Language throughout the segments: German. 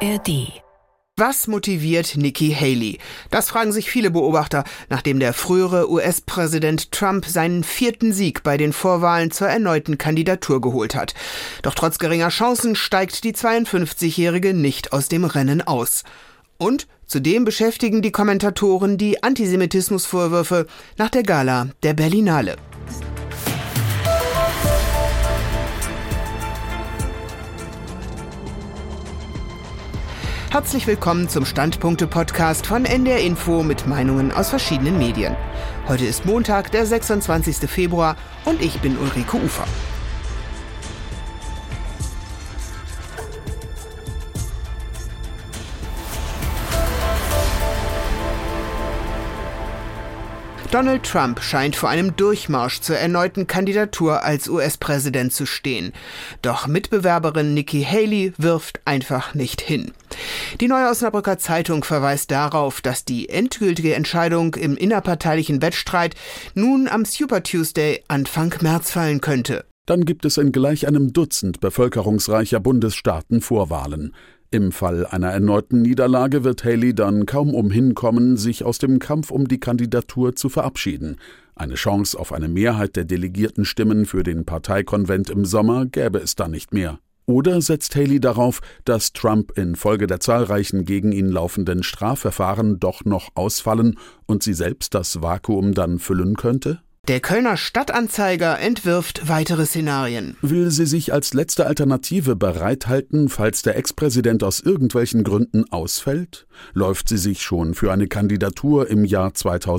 ARD. Was motiviert Nikki Haley? Das fragen sich viele Beobachter, nachdem der frühere US-Präsident Trump seinen 4. Sieg bei den Vorwahlen zur erneuten Kandidatur geholt hat. Doch trotz geringer Chancen steigt die 52-Jährige nicht aus dem Rennen aus. Und zudem beschäftigen die Kommentatoren die Antisemitismusvorwürfe nach der Gala der Berlinale. Herzlich willkommen zum Standpunkte-Podcast von NDR Info mit Meinungen aus verschiedenen Medien. Heute ist Montag, der 26. Februar und ich bin Ulrike Ufer. Donald Trump scheint vor einem Durchmarsch zur erneuten Kandidatur als US-Präsident zu stehen. Doch Mitbewerberin Nikki Haley wirft einfach nicht hin. Die Neue Osnabrücker Zeitung verweist darauf, dass die endgültige Entscheidung im innerparteilichen Wettstreit nun am Super Tuesday Anfang März fallen könnte. Dann gibt es in gleich einem Dutzend bevölkerungsreicher Bundesstaaten Vorwahlen. Im Fall einer erneuten Niederlage wird Haley dann kaum umhin kommen, sich aus dem Kampf um die Kandidatur zu verabschieden. Eine Chance auf eine Mehrheit der Delegiertenstimmen für den Parteikonvent im Sommer gäbe es dann nicht mehr. Oder setzt Haley darauf, dass Trump infolge der zahlreichen gegen ihn laufenden Strafverfahren doch noch ausfallen und sie selbst das Vakuum dann füllen könnte? Der Kölner Stadtanzeiger entwirft weitere Szenarien. Will sie sich als letzte Alternative bereithalten, falls der Ex-Präsident aus irgendwelchen Gründen ausfällt? Läuft sie sich schon für eine Kandidatur im Jahr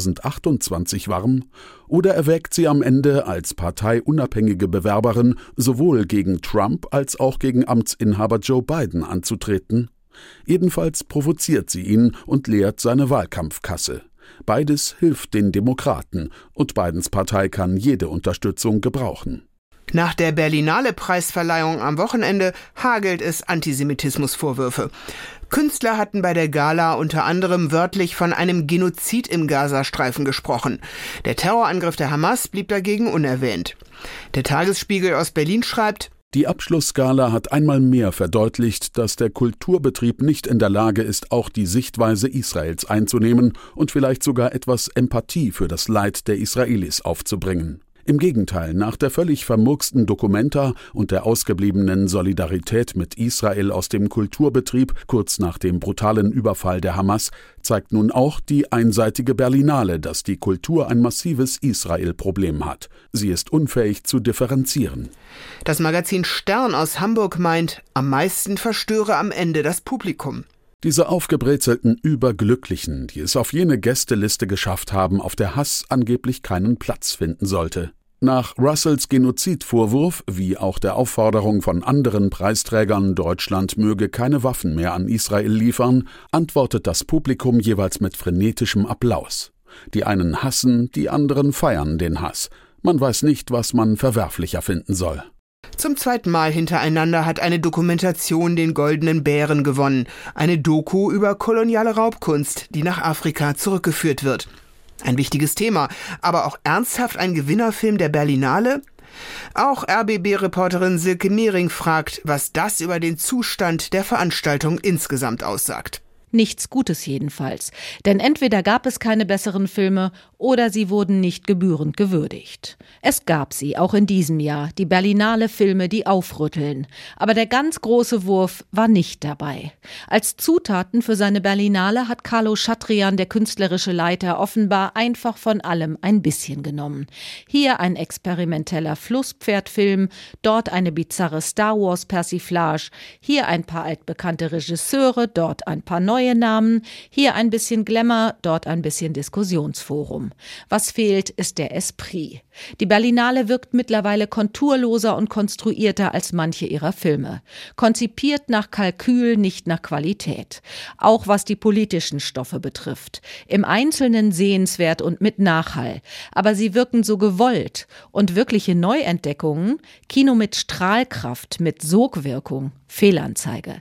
2028 warm? Oder erwägt sie am Ende als parteiunabhängige Bewerberin sowohl gegen Trump als auch gegen Amtsinhaber Joe Biden anzutreten? Jedenfalls provoziert sie ihn und leert seine Wahlkampfkasse. Beides hilft den Demokraten und Bidens Partei kann jede Unterstützung gebrauchen. Nach der Berlinale-Preisverleihung am Wochenende hagelt es Antisemitismusvorwürfe. Künstler hatten bei der Gala unter anderem wörtlich von einem Genozid im Gazastreifen gesprochen. Der Terrorangriff der Hamas blieb dagegen unerwähnt. Der Tagesspiegel aus Berlin schreibt: Die Abschlussgala hat einmal mehr verdeutlicht, dass der Kulturbetrieb nicht in der Lage ist, auch die Sichtweise Israels einzunehmen und vielleicht sogar etwas Empathie für das Leid der Israelis aufzubringen. Im Gegenteil, nach der völlig vermurksten Documenta und der ausgebliebenen Solidarität mit Israel aus dem Kulturbetrieb kurz nach dem brutalen Überfall der Hamas zeigt nun auch die einseitige Berlinale, dass die Kultur ein massives Israel-Problem hat. Sie ist unfähig zu differenzieren. Das Magazin Stern aus Hamburg meint, am meisten verstöre am Ende das Publikum. Diese aufgebrezelten Überglücklichen, die es auf jene Gästeliste geschafft haben, auf der Hass angeblich keinen Platz finden sollte. Nach Russells Genozidvorwurf, wie auch der Aufforderung von anderen Preisträgern, Deutschland möge keine Waffen mehr an Israel liefern, antwortet das Publikum jeweils mit frenetischem Applaus. Die einen hassen, die anderen feiern den Hass. Man weiß nicht, was man verwerflicher finden soll. Zum 2. Mal hintereinander hat eine Dokumentation den Goldenen Bären gewonnen. Eine Doku über koloniale Raubkunst, die nach Afrika zurückgeführt wird. Ein wichtiges Thema, aber auch ernsthaft ein Gewinnerfilm der Berlinale? Auch RBB-Reporterin Silke Mehring fragt, was das über den Zustand der Veranstaltung insgesamt aussagt. Nichts Gutes jedenfalls, denn entweder gab es keine besseren Filme oder sie wurden nicht gebührend gewürdigt. Es gab sie, auch in diesem Jahr, die Berlinale Filme, die aufrütteln. Aber der ganz große Wurf war nicht dabei. Als Zutaten für seine Berlinale hat Carlo Chatrian, der künstlerische Leiter, offenbar einfach von allem ein bisschen genommen. Hier ein experimenteller Flusspferdfilm, dort eine bizarre Star-Wars-Persiflage, hier ein paar altbekannte Regisseure, dort ein paar neue Namen, hier ein bisschen Glamour, dort ein bisschen Diskussionsforum. Was fehlt, ist der Esprit. Die Berlinale wirkt mittlerweile konturloser und konstruierter als manche ihrer Filme. Konzipiert nach Kalkül, nicht nach Qualität. Auch was die politischen Stoffe betrifft. Im Einzelnen sehenswert und mit Nachhall. Aber sie wirken so gewollt. Und wirkliche Neuentdeckungen, Kino mit Strahlkraft, mit Sogwirkung, Fehlanzeige.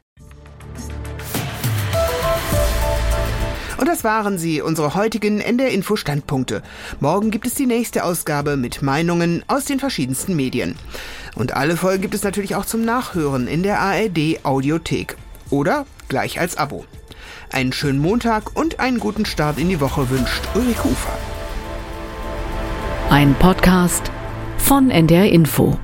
Und das waren sie, unsere heutigen NDR-Info-Standpunkte. Morgen gibt es die nächste Ausgabe mit Meinungen aus den verschiedensten Medien. Und alle Folgen gibt es natürlich auch zum Nachhören in der ARD-Audiothek. oder gleich als Abo. Einen schönen Montag und einen guten Start in die Woche wünscht Ulrike Ufer. Ein Podcast von NDR Info.